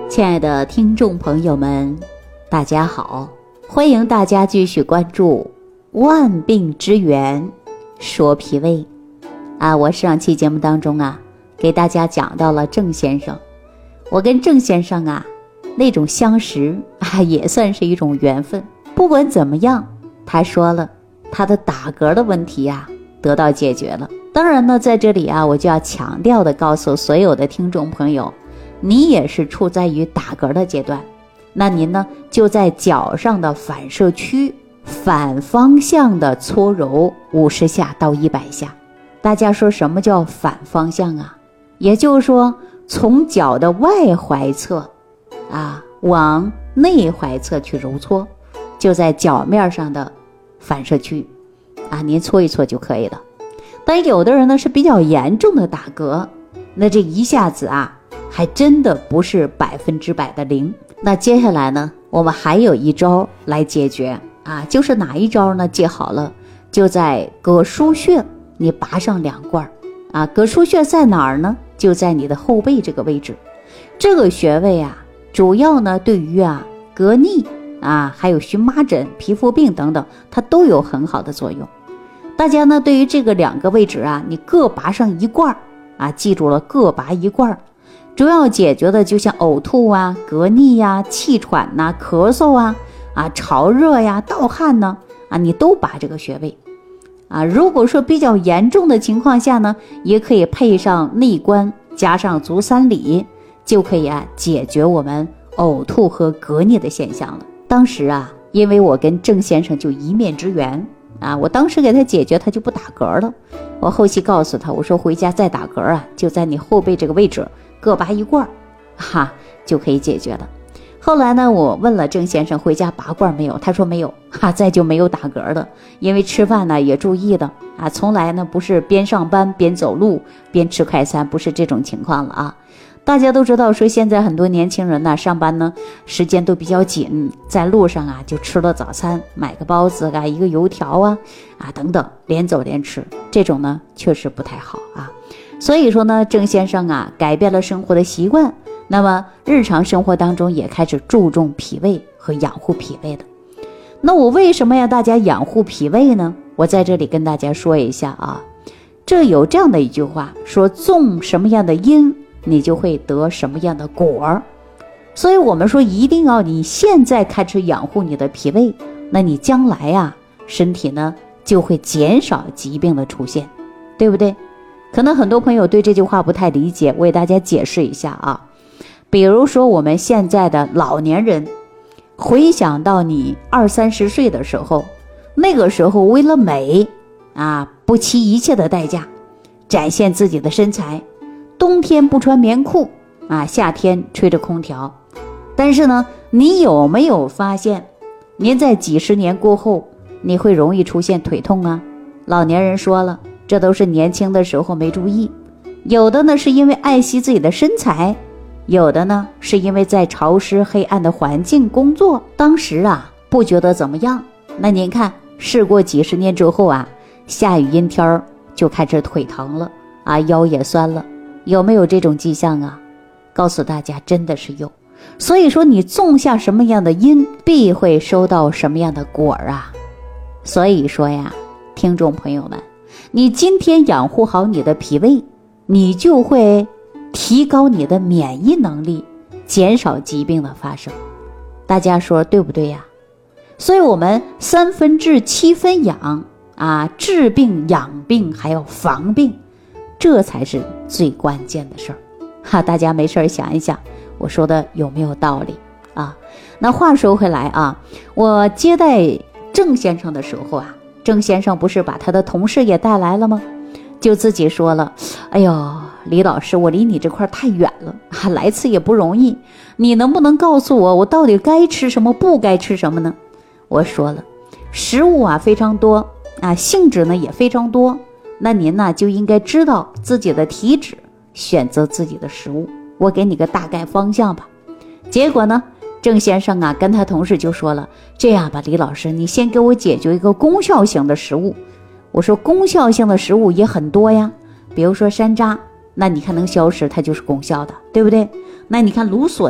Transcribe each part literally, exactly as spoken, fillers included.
亲爱的听众朋友们，大家好，欢迎大家继续关注万病之源说脾胃啊。我上期节目当中啊，给大家讲到了郑先生，我跟郑先生啊那种相识啊，也算是一种缘分。不管怎么样，他说了他的打嗝的问题啊得到解决了。当然呢，在这里啊，我就要强调的告诉所有的听众朋友，你也是处在于打嗝的阶段，那您呢就在脚上的反射区反方向的搓揉五十下到一百下。大家说什么叫反方向啊？也就是说从脚的外踝侧啊往内踝侧去揉搓，就在脚面上的反射区啊，您搓一搓就可以了。但有的人呢是比较严重的打嗝，那这一下子啊还真的不是百分之百的零。那接下来呢，我们还有一招来解决啊，就是哪一招呢？记好了，就在膈腧穴，你拔上两罐啊。膈腧穴在哪儿呢？就在你的后背这个位置。这个穴位啊，主要呢对于啊嗝逆啊，还有荨麻疹、皮肤病等等，它都有很好的作用。大家呢对于这个两个位置啊，你各拔上一罐啊，记住了，各拔一罐。主要解决的就像呕吐啊、嗝逆呀、气喘呐、咳嗽啊、啊潮热呀、盗汗呢啊，你都拔这个穴位啊。如果说比较严重的情况下呢，也可以配上内关加上足三里，就可以啊解决我们呕吐和嗝逆的现象了。当时啊，因为我跟郑先生就一面之缘啊，我当时给他解决，他就不打嗝了。我后期告诉他，我说回家再打嗝啊，就在你后背这个位置各拔一罐哈，就可以解决了。后来呢，我问了郑先生回家拔罐没有，他说没有哈，再就没有打嗝的。因为吃饭呢也注意的啊，从来呢不是边上班边走路边吃快餐，不是这种情况了啊。大家都知道说现在很多年轻人呢上班呢时间都比较紧，在路上啊就吃了早餐，买个包子啊，一个油条啊啊等等，连走连吃，这种呢确实不太好啊。所以说呢，郑先生啊改变了生活的习惯，那么日常生活当中也开始注重脾胃和养护脾胃的。那我为什么要大家养护脾胃呢？我在这里跟大家说一下啊，这有这样的一句话说，种什么样的因你就会得什么样的果。所以我们说一定要你现在开始养护你的脾胃，那你将来啊身体呢就会减少疾病的出现，对不对？可能很多朋友对这句话不太理解，我给大家解释一下啊。比如说我们现在的老年人，回想到你二三十岁的时候，那个时候为了美啊，不惜一切的代价展现自己的身材，冬天不穿棉裤啊，夏天吹着空调。但是呢，你有没有发现您在几十年过后，你会容易出现腿痛啊？老年人说了，这都是年轻的时候没注意，有的呢是因为爱惜自己的身材，有的呢是因为在潮湿黑暗的环境工作，当时啊不觉得怎么样。那您看事过几十年之后啊，下雨阴天就开始腿疼了啊，腰也酸了，有没有这种迹象啊？告诉大家，真的是有。所以说你种下什么样的因，必会收到什么样的果啊。所以说呀，听众朋友们，你今天养护好你的脾胃，你就会提高你的免疫能力，减少疾病的发生。大家说对不对呀？所以我们三分治七分养啊，治病养病还要防病，这才是最关键的事儿哈。大家没事想一想，我说的有没有道理啊？那话说回来啊，我接待郑先生的时候啊，郑先生不是把他的同事也带来了吗？就自己说了，哎呦，李老师，我离你这块太远了啊，来次也不容易，你能不能告诉我，我到底该吃什么，不该吃什么呢？我说了，食物啊非常多啊，性质呢也非常多，那您呢就应该知道自己的体质，选择自己的食物。我给你个大概方向吧。结果呢，郑先生啊跟他同事就说了，这样吧，李老师，你先给我解决一个功效型的食物。我说功效性的食物也很多呀，比比如说山楂，那你看能消食，它就是功效的，对不对？那你看芦笋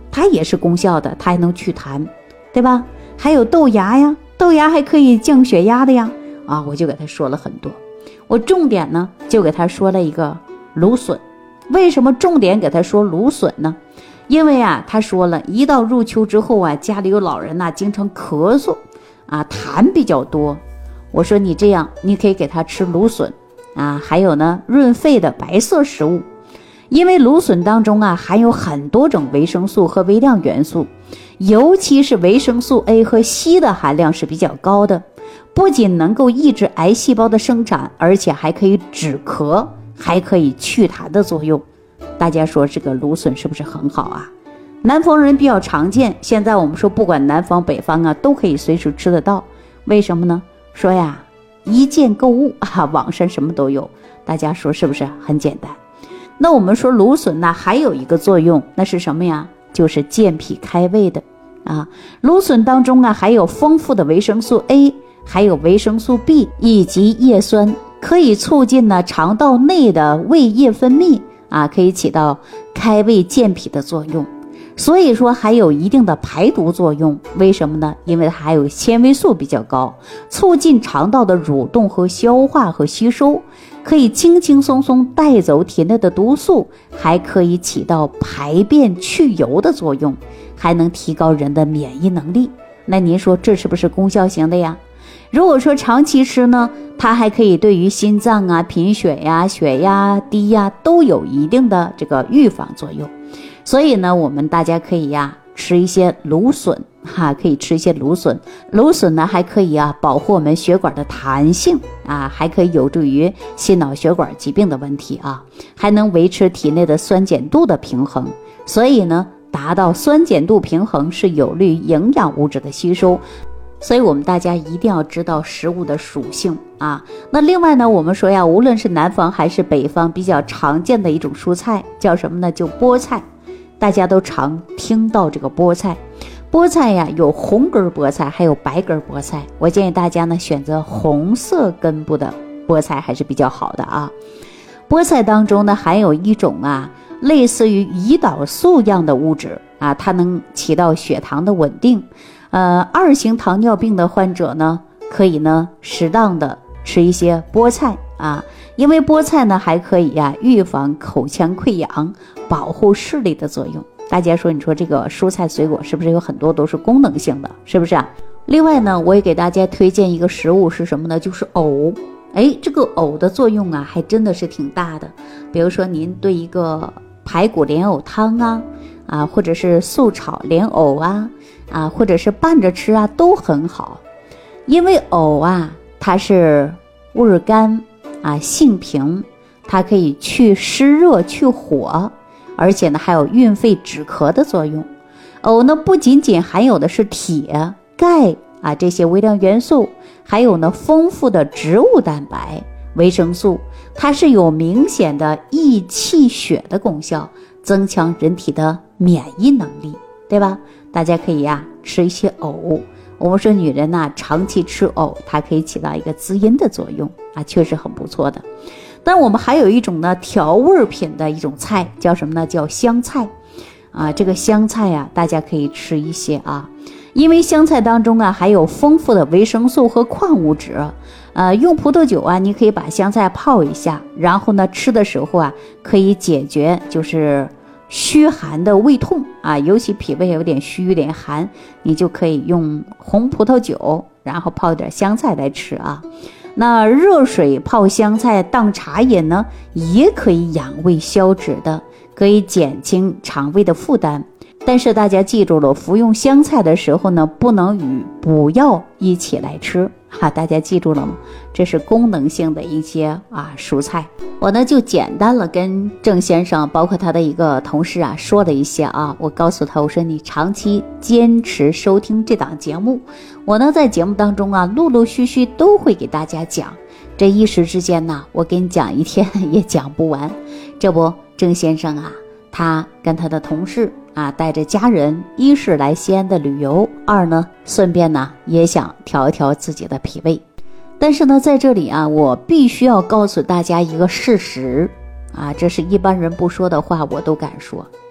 它也是功效的，它还能祛痰，对吧？还有豆芽呀，豆芽还可以降血压的呀。啊，我就给他说了很多。我重点呢就给他说了一个芦笋。为什么重点给他说芦笋呢？因为啊，他说了一到入秋之后啊，家里有老人呐、啊，经常咳嗽啊，痰比较多。我说你这样，你可以给他吃芦笋啊，还有呢润肺的白色食物。因为芦笋当中啊含有很多种维生素和微量元素，尤其是维生素 A 和硒的含量是比较高的，不仅能够抑制癌细胞的生长，而且还可以止咳，还可以祛痰的作用。大家说这个芦笋是不是很好啊？南方人比较常见，现在我们说不管南方北方啊，都可以随时吃得到。为什么呢？说呀，一键购物啊，网上什么都有。大家说是不是很简单？那我们说芦笋呢，还有一个作用，那是什么呀？就是健脾开胃的啊。芦笋当中啊，还有丰富的维生素 A， 还有维生素 B 以及叶酸，可以促进呢肠道内的胃液分泌啊，可以起到开胃健脾的作用。所以说还有一定的排毒作用。为什么呢？因为它还有纤维素比较高，促进肠道的蠕动和消化和吸收，可以轻轻松松带走体内的毒素，还可以起到排便去油的作用，还能提高人的免疫能力。那您说这是不是功效型的呀？如果说长期吃呢，它还可以对于心脏啊、贫血呀、血压低呀都有一定的这个预防作用。所以呢，我们大家可以呀吃一些芦笋哈，可以吃一些芦笋。芦笋呢还可以啊保护我们血管的弹性啊，还可以有助于心脑血管疾病的问题啊，还能维持体内的酸碱度的平衡。所以呢，达到酸碱度平衡是有利于营养物质的吸收。所以我们大家一定要知道食物的属性啊。那另外呢，我们说呀，无论是南方还是北方，比较常见的一种蔬菜叫什么呢？就菠菜。大家都常听到这个菠菜。菠菜呀，有红根菠菜，还有白根菠菜。我建议大家呢选择红色根部的菠菜还是比较好的啊。菠菜当中呢含有一种啊类似于胰岛素样的物质啊，它能起到血糖的稳定。呃，二型糖尿病的患者呢，可以呢适当的吃一些菠菜啊，因为菠菜呢还可以呀、啊、预防口腔溃疡，保护视力的作用。大家说，你说这个蔬菜水果是不是有很多都是功能性的，是不是啊？另外呢，我也给大家推荐一个食物是什么呢？就是藕。哎，这个藕的作用啊，还真的是挺大的。比如说您对一个排骨莲藕汤啊，啊，或者是素炒莲藕啊，啊，或者是拌着吃啊，都很好。因为藕啊，它是味甘啊，性平，它可以去湿热、去火，而且呢还有润肺止咳的作用。藕呢不仅仅含有的是铁、钙啊这些微量元素，还有呢丰富的植物蛋白、维生素，它是有明显的益气血的功效，增强人体的免疫能力，对吧？大家可以呀、啊、吃一些藕。我们说女人呐、啊，长期吃藕，它可以起到一个滋阴的作用啊，确实很不错的。但我们还有一种呢调味品的一种菜，叫什么呢？叫香菜啊。这个香菜呀、啊，大家可以吃一些啊，因为香菜当中啊还有丰富的维生素和矿物质。呃，用葡萄酒啊，你可以把香菜泡一下，然后呢吃的时候啊，可以解决就是虚寒的胃痛啊，尤其脾胃有点虚有点寒，你就可以用红葡萄酒，然后泡点香菜来吃啊。那热水泡香菜当茶饮呢，也可以养胃消脂的，可以减轻肠胃的负担。但是大家记住了，服用香菜的时候呢，不能与补药一起来吃哈，大家记住了吗？这是功能性的一些啊蔬菜。我呢就简单了跟郑先生包括他的一个同事啊说了一些啊，我告诉他，我说你长期坚持收听这档节目，我呢在节目当中啊陆陆续续都会给大家讲，这一时之间呢我给你讲一天也讲不完。这不郑先生啊，他跟他的同事啊带着家人，一是来西安的旅游，二呢顺便呢也想调一调自己的脾胃。但是呢在这里啊，我必须要告诉大家一个事实啊，这是一般人不说的话我都敢说，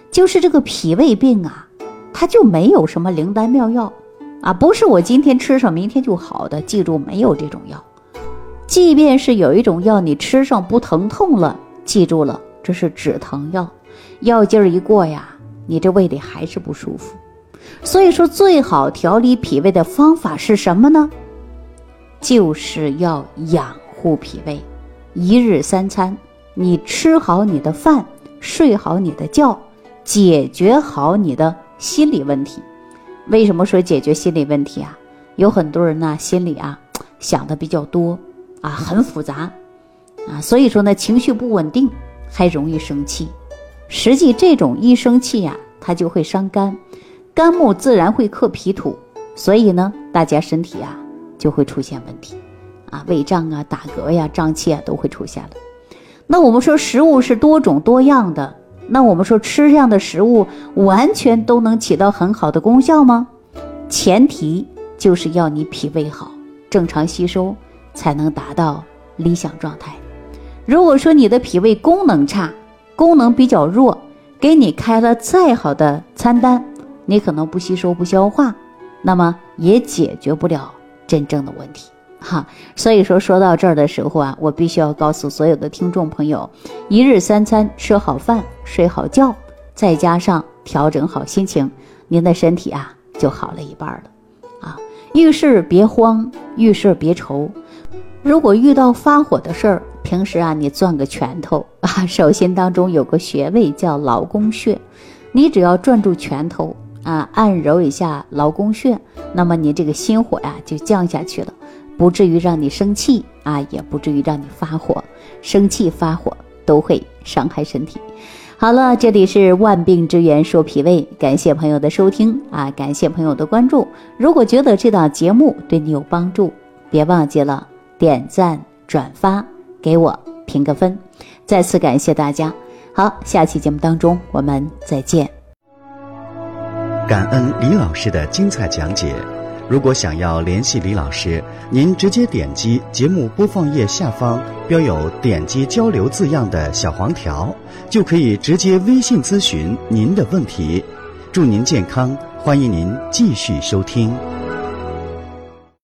就是这个脾胃病啊，它就没有什么灵丹妙药啊，不是我今天吃上明天就好的，记住没有这种药。即便是有一种药你吃上不疼痛了，记住了，这是止疼药，药劲儿一过呀，你这胃里还是不舒服。所以说最好调理脾胃的方法是什么呢？就是要养护脾胃，一日三餐，你吃好你的饭，睡好你的觉，解决好你的心理问题。为什么说解决心理问题啊？有很多人呢心里啊想的比较多啊，很复杂啊，所以说呢情绪不稳定，还容易生气。实际这种一生气呀、啊，它就会伤肝，肝木自然会克脾土，所以呢大家身体啊就会出现问题啊，胃胀啊、打嗝呀、胀气啊都会出现了。那我们说食物是多种多样的，那我们说吃这样的食物完全都能起到很好的功效吗？前提就是要你脾胃好，正常吸收，才能达到理想状态。如果说你的脾胃功能差，功能比较弱，给你开了再好的餐单，你可能不吸收不消化，那么也解决不了真正的问题哈。所以说说到这儿的时候啊，我必须要告诉所有的听众朋友，一日三餐，吃好饭，睡好觉，再加上调整好心情，您的身体啊就好了一半了啊。遇事别慌，遇事别愁。如果遇到发火的事儿，平时啊你攥个拳头啊，手心当中有个穴位叫劳宫穴，你只要攥住拳头啊，按揉一下劳宫穴，那么你这个心火呀、啊、就降下去了，不至于让你生气啊，也不至于让你发火，生气发火都会伤害身体。好了，这里是万病之源说脾胃，感谢朋友的收听啊，感谢朋友的关注。如果觉得这档节目对你有帮助，别忘记了点赞转发，给我评个分。再次感谢大家。好，下期节目当中我们再见。 感恩李老师的精彩讲解。如果想要联系李老师，您直接点击节目播放页下方标有点击交流字样的小黄条，就可以直接微信咨询您的问题。祝您健康，欢迎您继续收听。